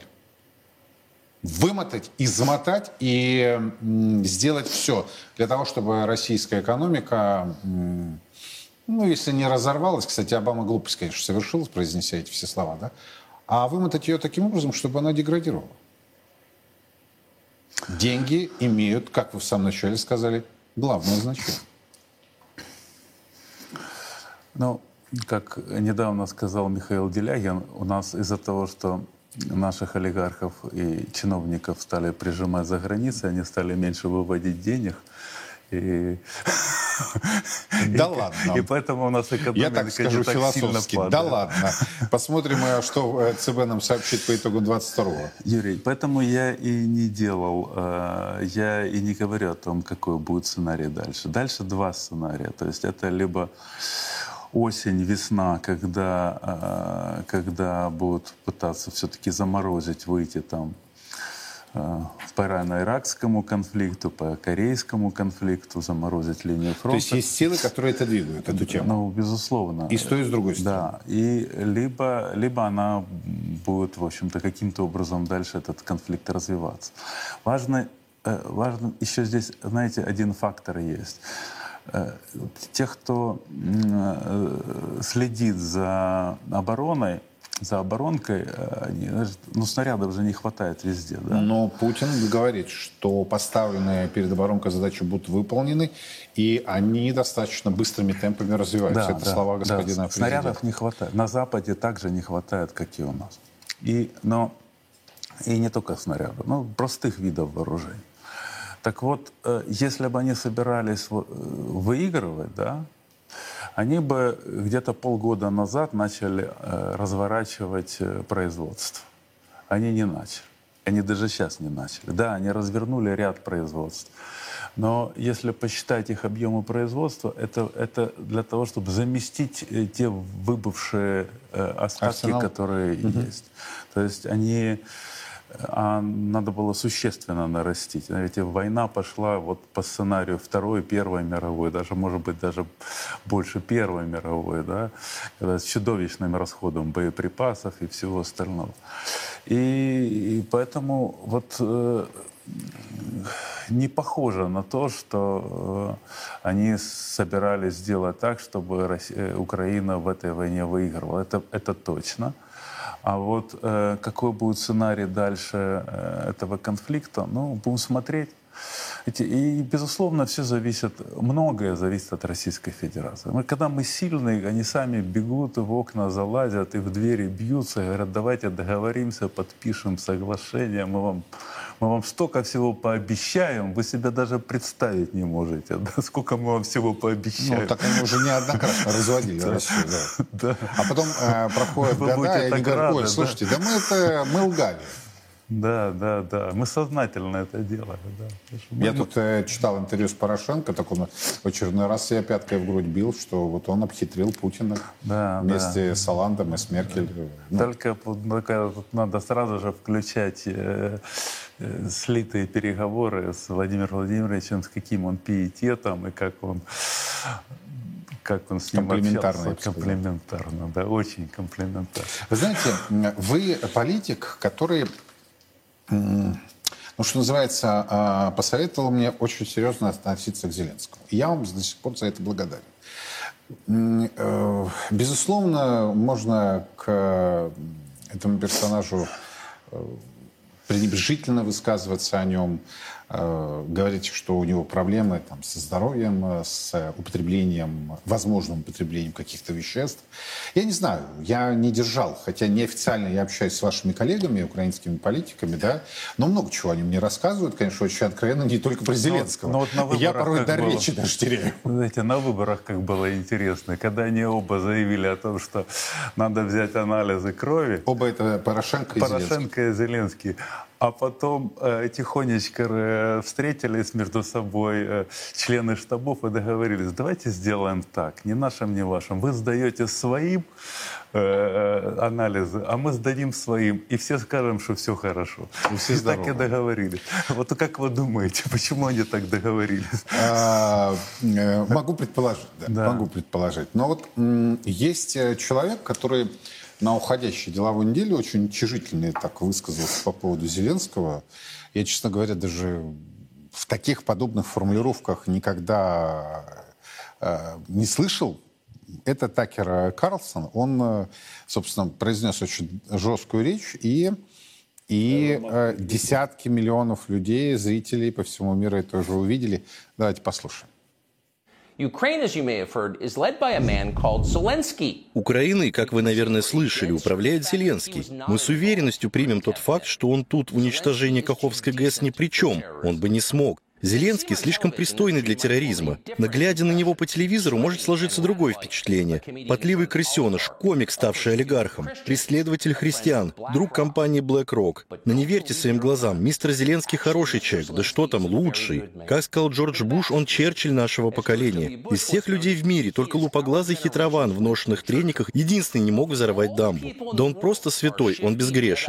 Вымотать, измотать и м, сделать все для того, чтобы российская экономика, м, ну, если не разорвалась, кстати, Обама глупость, конечно, совершил, произнеся эти все слова, да, а вымотать ее таким образом, чтобы она деградировала. Деньги имеют, как вы в самом начале сказали, главное значение. Ну, как недавно сказал Михаил Делягин, у нас из-за того, что наших олигархов и чиновников стали прижимать за границей, они стали меньше выводить денег. И... Да ладно. И поэтому у нас экономика Я так скажу так философски. Да ладно. Посмотрим, что ЦБ нам сообщит по итогу двадцать второго. Юрий, поэтому я и не делал, я и не говорю о том, какой будет сценарий дальше. Дальше два сценария. То есть это либо осень, весна, когда, когда будут пытаться все-таки заморозить, выйти там по ирано-иракскому конфликту, по корейскому конфликту, заморозить линию фронта. То есть есть силы, которые это двигают, эту тему? Ну, безусловно. И с той, и с другой стороны. Да. И либо, либо она будет, в общем-то, каким-то образом дальше этот конфликт развиваться. Важно, важно еще здесь, знаете, один фактор есть. Тех, кто следит за обороной, за оборонкой, они, ну, снарядов же не хватает везде. Да? Но Путин говорит, что поставленные перед оборонкой задачи будут выполнены, и они достаточно быстрыми темпами развиваются. Да, Это да, слова господина да. президента. Снарядов не хватает. На Западе также не хватает, как и у нас. И, но, и не только снарядов, но простых видов вооружений. Так вот, если бы они собирались выигрывать, да, они бы где-то полгода назад начали разворачивать производство. Они не начали. Они даже сейчас не начали. Да, они развернули ряд производств. Но если посчитать их объемы производства, это, это для того, чтобы заместить те выбывшие остатки, Арсенал. которые угу. есть. То есть они... а надо было существенно нарастить. Ведь война пошла вот по сценарию Второй, Первой мировой, даже, может быть, даже больше Первой мировой, да, когда с чудовищным расходом боеприпасов и всего остального. И, и поэтому вот э, не похоже на то, что э, они собирались сделать так, чтобы Россия, Украина в этой войне выигрывала. Это, это точно. А вот э, какой будет сценарий дальше э, этого конфликта, ну, будем смотреть. И, безусловно, все зависит, многое зависит от Российской Федерации. Мы, когда мы сильные, они сами бегут, в окна залазят и в двери бьются, и говорят, давайте договоримся, подпишем соглашение, мы вам, мы вам столько всего пообещаем, вы себе даже представить не можете, да, сколько мы вам всего пообещаем. Ну, так они уже неоднократно разводили Россию, да. А потом э, проходят года, и они говорят, ой, слушайте, да мы это, мы лгали. Да, да, да. Мы сознательно это делали. Да. Я мы... тут э, читал интервью с Порошенко, так он в очередной раз себя пяткой в грудь бил, что вот он обхитрил Путина да, вместе да. с Оландом и с Меркель. Ну. Только, только тут надо сразу же включать э, э, слитые переговоры с Владимиром Владимировичем, с каким он пиететом и как он... как он с ним комплиментарно, общался. Комплиментарно, да, очень комплиментарно. Вы знаете, вы политик, который, ну, что называется, посоветовал мне очень серьезно относиться к Зеленскому. И я вам до сих пор за это благодарен. Безусловно, можно к этому персонажу пренебрежительно высказываться о нем, говорить, что у него проблемы там, со здоровьем, с употреблением, возможным употреблением каких-то веществ. Я не знаю, я не держал, хотя неофициально я общаюсь с вашими коллегами, украинскими политиками, да, но много чего они мне рассказывают, конечно, очень откровенно, не только про Зеленского. Но, но вот я порой до было, речи даже теряю. Знаете, на выборах как было интересно, когда они оба заявили о том, что надо взять анализы крови. Оба это Порошенко и Зеленский. Порошенко и Зеленский. А потом э, тихонечко э, встретились между собой э, члены штабов и договорились, давайте сделаем так, ни нашим, ни вашим. Вы сдаете своим э, анализы, а мы сдадим своим. И все скажем, что все хорошо. И все и здоровы. так и договорились. Вот как вы думаете, почему они так договорились? А, э, могу предположить, да, Да. могу предположить. Но вот м, есть человек, который на уходящей деловой неделе очень утешительно так высказался по поводу Зеленского. Я, честно говоря, даже в таких подобных формулировках никогда э, не слышал. Это Такер Карлсон. Он, э, собственно, произнес очень жесткую речь, и, и э, десятки миллионов людей, зрителей по всему миру это уже увидели. Давайте послушаем. Ukraine, as you may have heard, is led by a man called Zelensky. Украиной, как вы, наверное, слышали, управляет Зеленский. Мы с уверенностью примем тот факт, что он тут в уничтожении Каховской ГЭС ни при чем. Он бы не смог. Зеленский слишком пристойный для терроризма. Но глядя на него по телевизору, может сложиться другое впечатление. Потливый крысеныш, комик, ставший олигархом, преследователь христиан, друг компании BlackRock. Но не верьте своим глазам, мистер Зеленский хороший человек, да что там, лучший. Как сказал Джордж Буш, он Черчилль нашего поколения. Из всех людей в мире только лупоглазый хитрован в ношенных трениках единственный не мог взорвать дамбу. Да он просто святой, он безгрешен.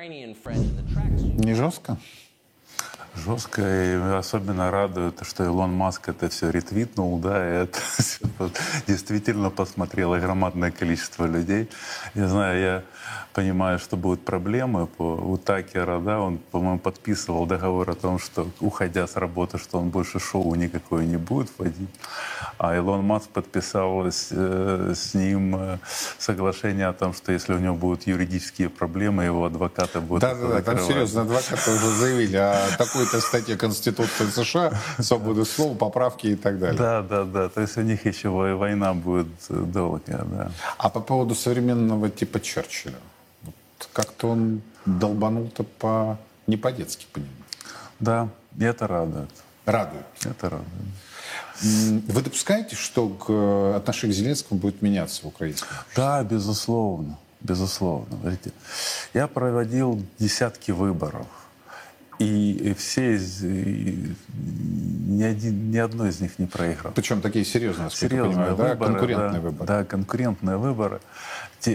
Не жестко? Жестко, и особенно радует, что Илон Маск это все ретвитнул, да, и это действительно посмотрело громадное количество людей. Я знаю, я понимаю, что будут проблемы по, у Такера, да, он, по-моему, подписывал договор о том, что, уходя с работы, что он больше шоу никакое не будет вводить. А Илон Маск подписал с, э, с ним э, соглашение о том, что если у него будут юридические проблемы, его адвокаты будут Да-да-да, там серьезно адвокаты уже заявили о такой-то статье Конституции США, свободы слова, поправки и так далее. Да-да-да, то есть у них еще война будет долгая, да. А по поводу современного типа Черчилля, вот как-то он долбанул-то по... не по-детски по нему. Да, и это радует. Радует. Это радует. Вы допускаете, что к отношение к Зеленскому будет меняться в украинском обществе? Да, безусловно. Безусловно. Смотрите, я проводил десятки выборов. И, и все, из, и ни, один, ни одно из них не проиграл. Причем такие серьезные, Серьезные понимаю, выборы, да? Конкурентные да, выборы. Да, конкурентные выборы.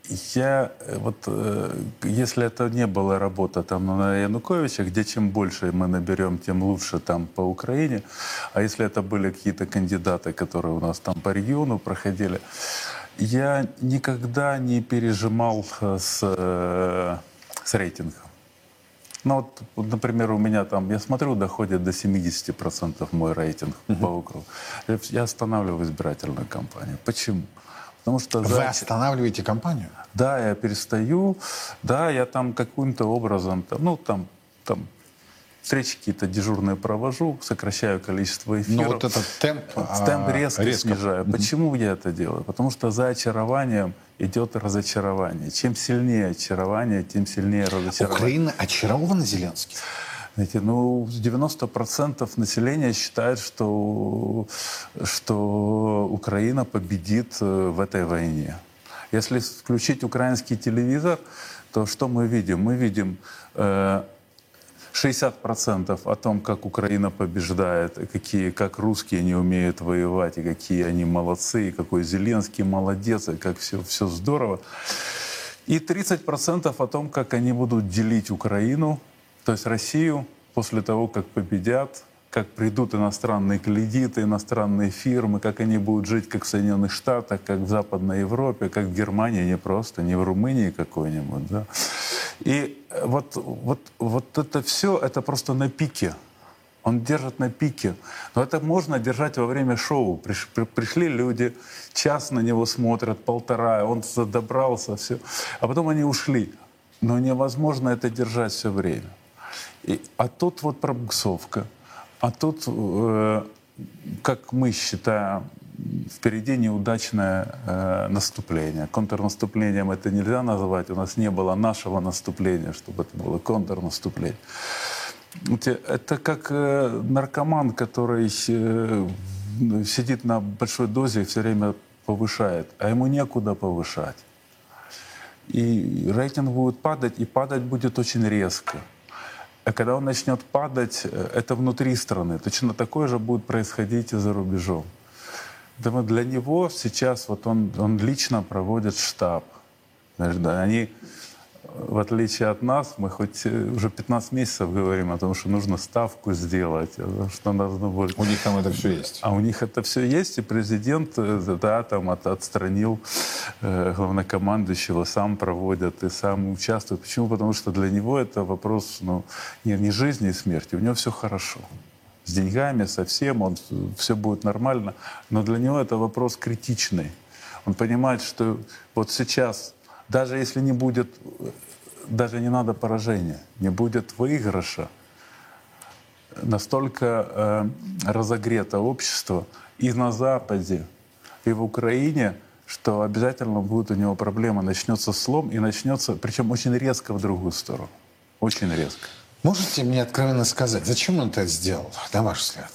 Я вот, э, если это не была работа там на Януковича, где чем больше мы наберем, тем лучше там по Украине, а если это были какие-то кандидаты, которые у нас там по региону проходили, я никогда не пережимал с, э, с рейтингом. Ну вот, вот, например, у меня там, я смотрю, доходит до семидесяти процентов мой рейтинг uh-huh. по округу. Я, я останавливаю избирательную кампанию. Почему? Потому что Вы за... останавливаете кампанию? Да, я перестаю, да, я там каким-то образом, там, ну, там, там, встречи какие-то дежурные провожу, сокращаю количество эфиров. Но вот этот темп... Темп резко, резко снижаю. Mm-hmm. Почему я это делаю? Потому что за очарованием идет разочарование. Чем сильнее очарование, тем сильнее разочарование. Украина очарована Зеленским? Знаете, ну, девяносто процентов населения считает, что, что Украина победит в этой войне. Если включить украинский телевизор, то что мы видим? Мы видим э, шестьдесят процентов о том, как Украина побеждает, какие, как русские не умеют воевать, и какие они молодцы, и какой Зеленский молодец, и как все, все здорово. И тридцать процентов о том, как они будут делить Украину, то есть Россию, после того, как победят, как придут иностранные кредиты, иностранные фирмы, как они будут жить, как в Соединенных Штатах, как в Западной Европе, как в Германии, не просто, не в Румынии какой-нибудь. Да? И вот, вот, вот это все, это просто на пике. Он держит на пике. Но это можно держать во время шоу. Приш, при, пришли люди, час на него смотрят, полтора, он добрался, все. А потом они ушли. Но невозможно это держать все время. И, а тут вот пробуксовка. А тут, э, как мы считаем, впереди неудачное э, наступление. Контрнаступлением это нельзя называть. У нас не было нашего наступления, чтобы это было контрнаступление. Это как э, наркоман, который э, сидит на большой дозе и все время повышает, а ему некуда повышать. И рейтинг будет падать, и падать будет очень резко. А когда он начнет падать, это внутри страны. Точно такое же будет происходить и за рубежом. Поэтому для него сейчас вот он, он лично проводит штаб. Они, в отличие от нас, мы хоть уже пятнадцать месяцев говорим о том, что нужно ставку сделать, что нужно будет... У них там это все есть. А у них это все есть, и президент, да, там от, отстранил э, главнокомандующего, сам проводит и сам участвует. Почему? Потому что для него это вопрос, ну, не, не жизни и смерти, у него все хорошо. С деньгами, со всем, он, все будет нормально. Но для него это вопрос критичный. Он понимает, что вот сейчас, даже если не будет, даже не надо поражения, не будет выигрыша, настолько э, разогрето общество и на Западе, и в Украине, что обязательно будет у него проблема. Начнется слом и начнется, причем очень резко в другую сторону. Очень резко. Можете мне откровенно сказать, зачем он это сделал, на ваш взгляд?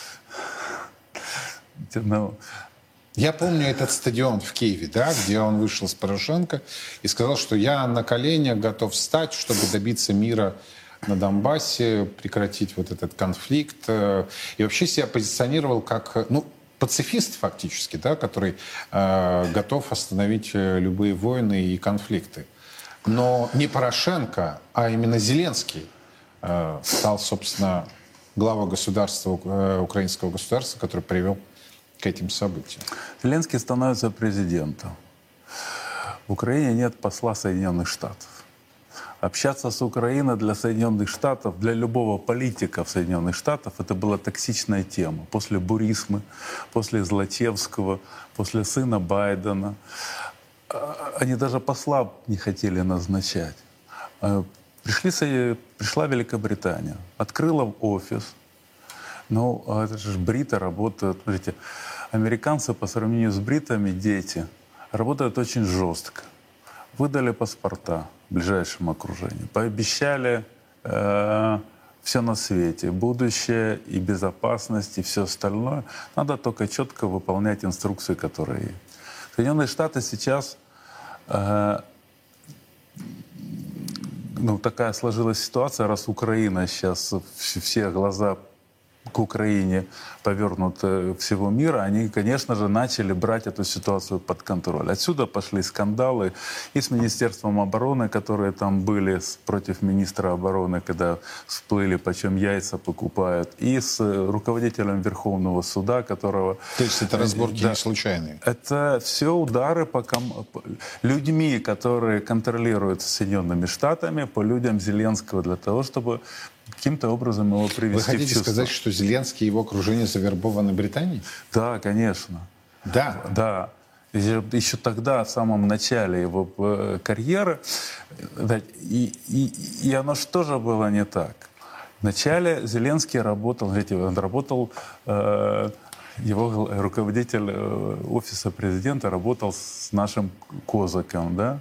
Ну, я помню этот стадион в Киеве, да, где он вышел с Порошенко и сказал, что я на коленях готов встать, чтобы добиться мира на Донбассе, прекратить вот этот конфликт. И вообще себя позиционировал как, ну, пацифист фактически, да, который э, готов остановить любые войны и конфликты. Но не Порошенко, а именно Зеленский э, стал, собственно, главой государства, э, украинского государства, который привел к этим событиям. Зеленский становится президентом. В Украине нет посла Соединенных Штатов. Общаться с Украиной для Соединенных Штатов, для любого политика в Соединенных Штатах, это была токсичная тема. После Бурисмы, после Злачевского, после сына Байдена. Они даже посла не хотели назначать. Пришли, пришла Великобритания, открыла офис. Ну, это же бриты работают. Смотрите, американцы по сравнению с бритами, дети, работают очень жестко. Выдали паспорта в ближайшем окружении, пообещали э, все на свете, будущее и безопасность и все остальное. Надо только четко выполнять инструкции, которые есть. Соединенные Штаты сейчас, э, ну, такая сложилась ситуация, раз Украина сейчас все глаза к к Украине повернут всего мира, они, конечно же, начали брать эту ситуацию под контроль. Отсюда пошли скандалы и с Министерством обороны, которые там были против министра обороны, когда всплыли, почем яйца покупают, и с руководителем Верховного суда, которого... То есть это разборки да, не случайные? Это все удары по ком... людьми, которые контролируют Соединенными Штатами, по людям Зеленского, для того, чтобы каким-то образом его привести Вы хотите в чувство. сказать, что Зеленский и его окружение завербованы Британией? Да, конечно. Да. Да. Еще тогда, в самом начале его карьеры, и, и, и оно же тоже было не так. Вначале Зеленский работал, знаете, он работал, э, его руководитель офиса президента работал с нашим Козаком, да?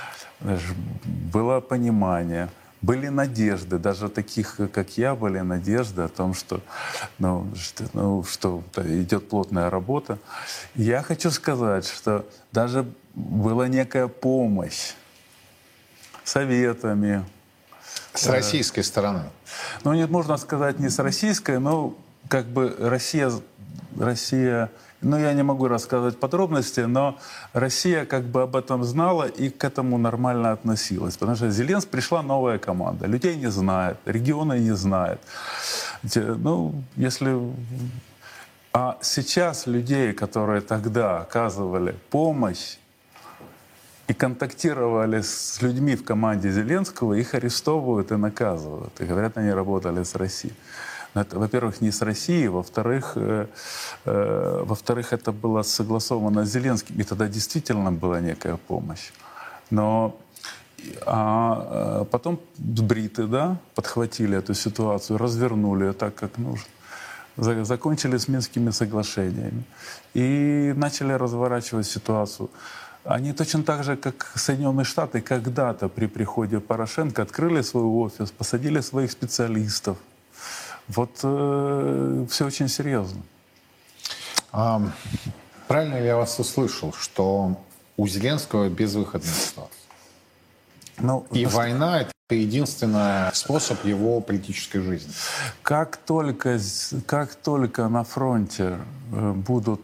Было понимание. Были надежды, даже таких, как я, были надежды о том, что, ну, что, ну, что идет плотная работа. Я хочу сказать, что даже была некая помощь советами. С российской стороны? Ну, нет, можно сказать, не с российской, но как бы Россия... Россия Ну, я не могу рассказывать подробности, но Россия как бы об этом знала и к этому нормально относилась. Потому что Зеленский, пришла новая команда. Людей не знает, регионы не знают. Ну, если... А сейчас людей, которые тогда оказывали помощь и контактировали с людьми в команде Зеленского, их арестовывают и наказывают. И говорят, они работали с Россией. Это, во-первых, не с Россией, во-вторых, э, э, во-вторых, это было согласовано с Зеленским, и тогда действительно была некая помощь. Но а, а потом бриты, да, подхватили эту ситуацию, развернули ее так, как нужно. Закончили с Минскими соглашениями и начали разворачивать ситуацию. Они точно так же, как Соединенные Штаты, когда-то при приходе Порошенко открыли свой офис, посадили своих специалистов. Вот э, все очень серьезно. А, правильно ли я вас услышал, что у Зеленского безвыходная ситуация? Ну, И ну, война — это единственный способ его политической жизни? Как только, как только на фронте будут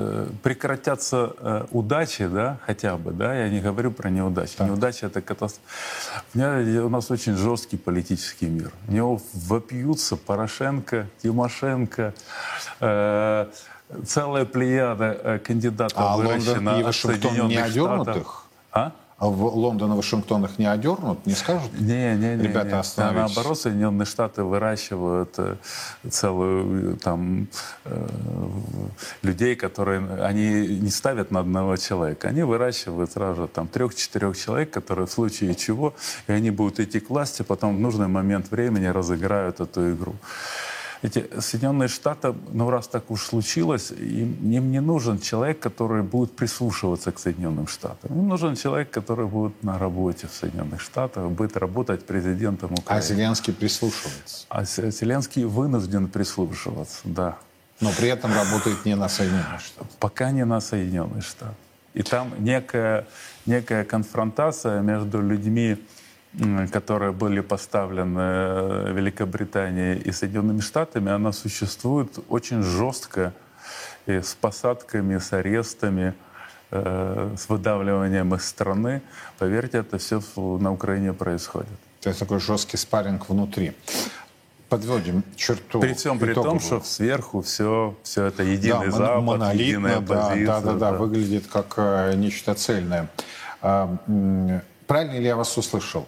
прекратятся удачи, да, хотя бы, да, я не говорю про неудачи. Да. Неудачи — это катастрофа. У, меня, у нас очень жесткий политический мир. В него вопьются Порошенко, Тимошенко, э, целая плеяда кандидатов, а выращена Лондон и Вашингтон не одернут их? А? А в Лондон и Вашингтон их не одернут, не скажут? Не, не, не. Ребята, не. остановитесь. А наоборот, Соединенные Штаты выращивают целую там э, людей, которые они не ставят на одного человека. Они выращивают сразу там трех-четырех человек, которые в случае чего, и они будут идти к власти, потом в нужный момент времени разыграют эту игру. Эти Соединенные Штаты, ну раз так уж случилось, им, им не нужен человек, который будет прислушиваться к Соединенным Штатам. Им нужен человек, который будет на работе в Соединенных Штатах, будет работать президентом Украины. А Зеленский прислушивается? А Зеленский вынужден прислушиваться, да. Но при этом работает не на Соединенные Штаты. Пока не на Соединенные Штаты. И там некая, некая конфронтация между людьми, которые были поставлены Великобританией и Соединенными Штатами, она существует очень жестко, и с посадками, с арестами, э, с выдавливанием из страны. Поверьте, это все на Украине происходит. То есть такой жесткий спарринг внутри. Подводим черту. При всем при том, что сверху все, все это единый да, Запад, монолитно, единая да, позиция. Да, да, да, да, выглядит как э, нечто цельное. А, правильно ли я вас услышал?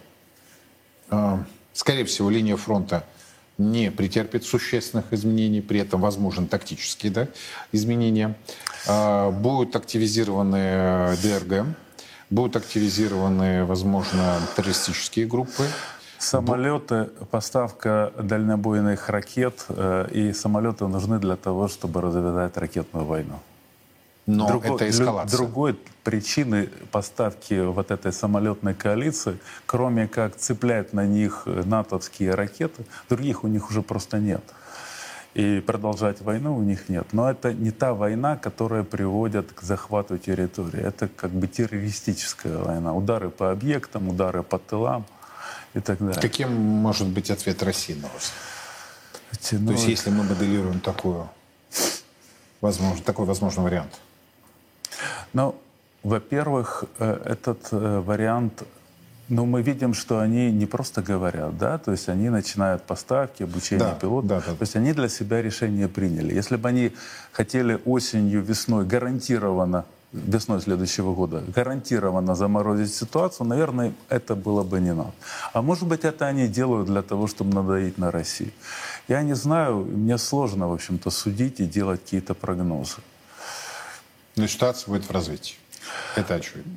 Скорее всего, линия фронта не претерпит существенных изменений, при этом возможны тактические, да, изменения. Будут активизированы ДРГ, будут активизированы, возможно, террористические группы. Самолеты, поставка дальнобойных ракет, и самолеты нужны для того, чтобы развязать ракетную войну. Но Другой, это эскалация. Другой причины поставки вот этой самолетной коалиции, кроме как цеплять на них натовские ракеты, других у них уже просто нет. И продолжать войну у них нет. Но это не та война, которая приводит к захвату территории. Это как бы террористическая война. Удары по объектам, удары по тылам и так далее. Каким может быть ответ России на вас? ну, То есть если мы моделируем такую, возможно, такой возможный вариант? Ну, во-первых, этот вариант, ну, мы видим, что они не просто говорят, да, то есть они начинают поставки, обучение Да, пилотов, да, да. то есть они для себя решение приняли. Если бы они хотели осенью, весной гарантированно, весной следующего года, гарантированно заморозить ситуацию, наверное, это было бы не надо. А может быть, это они делают для того, чтобы надавить на Россию. Я не знаю, мне сложно, в общем-то, судить и делать какие-то прогнозы. Но ситуация будет в развитии. Это очевидно.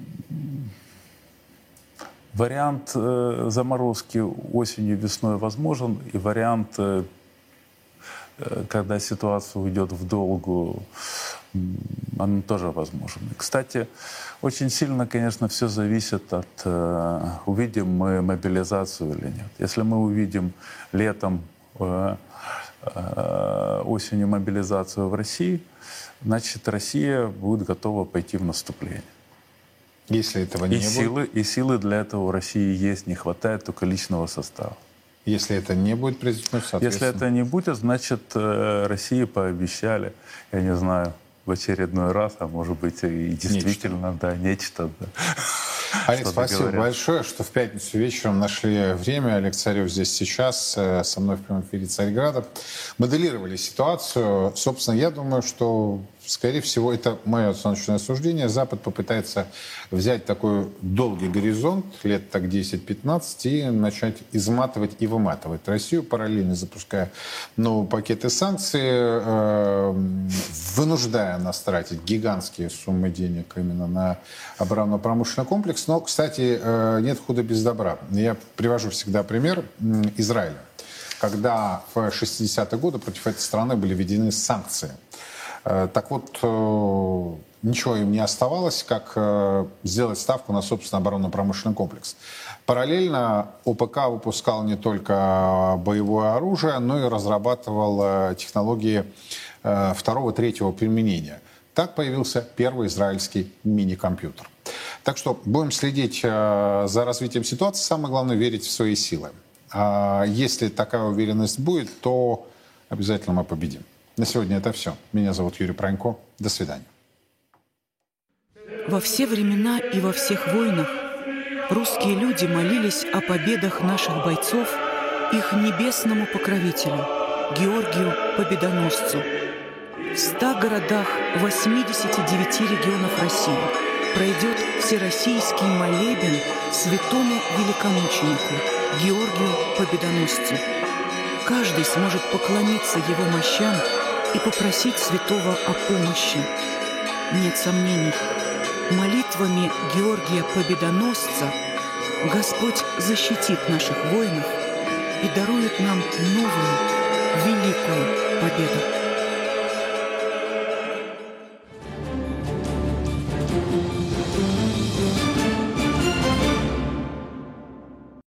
Вариант э, заморозки осенью, весной возможен, и вариант, э, когда ситуация уйдет в долгу, он тоже возможен. И, кстати, очень сильно, конечно, все зависит от, э, увидим мы мобилизацию или нет. Если мы увидим летом, э, э, осенью мобилизацию в России, значит, Россия будет готова пойти в наступление. Если этого не И будет, силы, и силы для этого у России есть, не хватает только личного состава. если это не будет произведено, соответственно... Если это не будет, значит, э, России пообещали, я не знаю, в очередной раз, а может быть и действительно, нечто. да, нечто. Да. Олег, Что-то спасибо говорят. большое, что в пятницу вечером нашли время. Олег Царев здесь сейчас, э, со мной в прямом эфире Царьграда. Моделировали ситуацию. Собственно, я думаю, что, скорее всего, это мое оценочное суждение. Запад попытается взять такой долгий горизонт, лет так десять-пятнадцать, и начать изматывать и выматывать Россию, параллельно запуская новые пакеты санкций, э, вынуждая нас тратить гигантские суммы денег именно на оборонно-промышленный комплекс. Но, кстати, э, нет худа без добра. Я привожу всегда пример Израиля. Когда в шестидесятые годы против этой страны были введены санкции. Так вот, ничего им не оставалось, как сделать ставку на собственный оборонно-промышленный комплекс. Параллельно ОПК выпускал не только боевое оружие, но и разрабатывал технологии второго, третьего применения. Так появился первый израильский мини-компьютер. Так что будем следить за развитием ситуации. Самое главное — верить в свои силы. А если такая уверенность будет, то обязательно мы победим. На сегодня это все. Меня зовут Юрий Пронько. До свидания. Во все времена и во всех войнах русские люди молились о победах наших бойцов их небесному покровителю, Георгию Победоносцу. В ста городах восьмидесяти девяти регионов России пройдет всероссийский молебен святому великомученику Георгию Победоносцу. Каждый сможет поклониться его мощам и попросить святого о помощи. Нет сомнений, молитвами Георгия Победоносца Господь защитит наших воинов и дарует нам новую великую победу.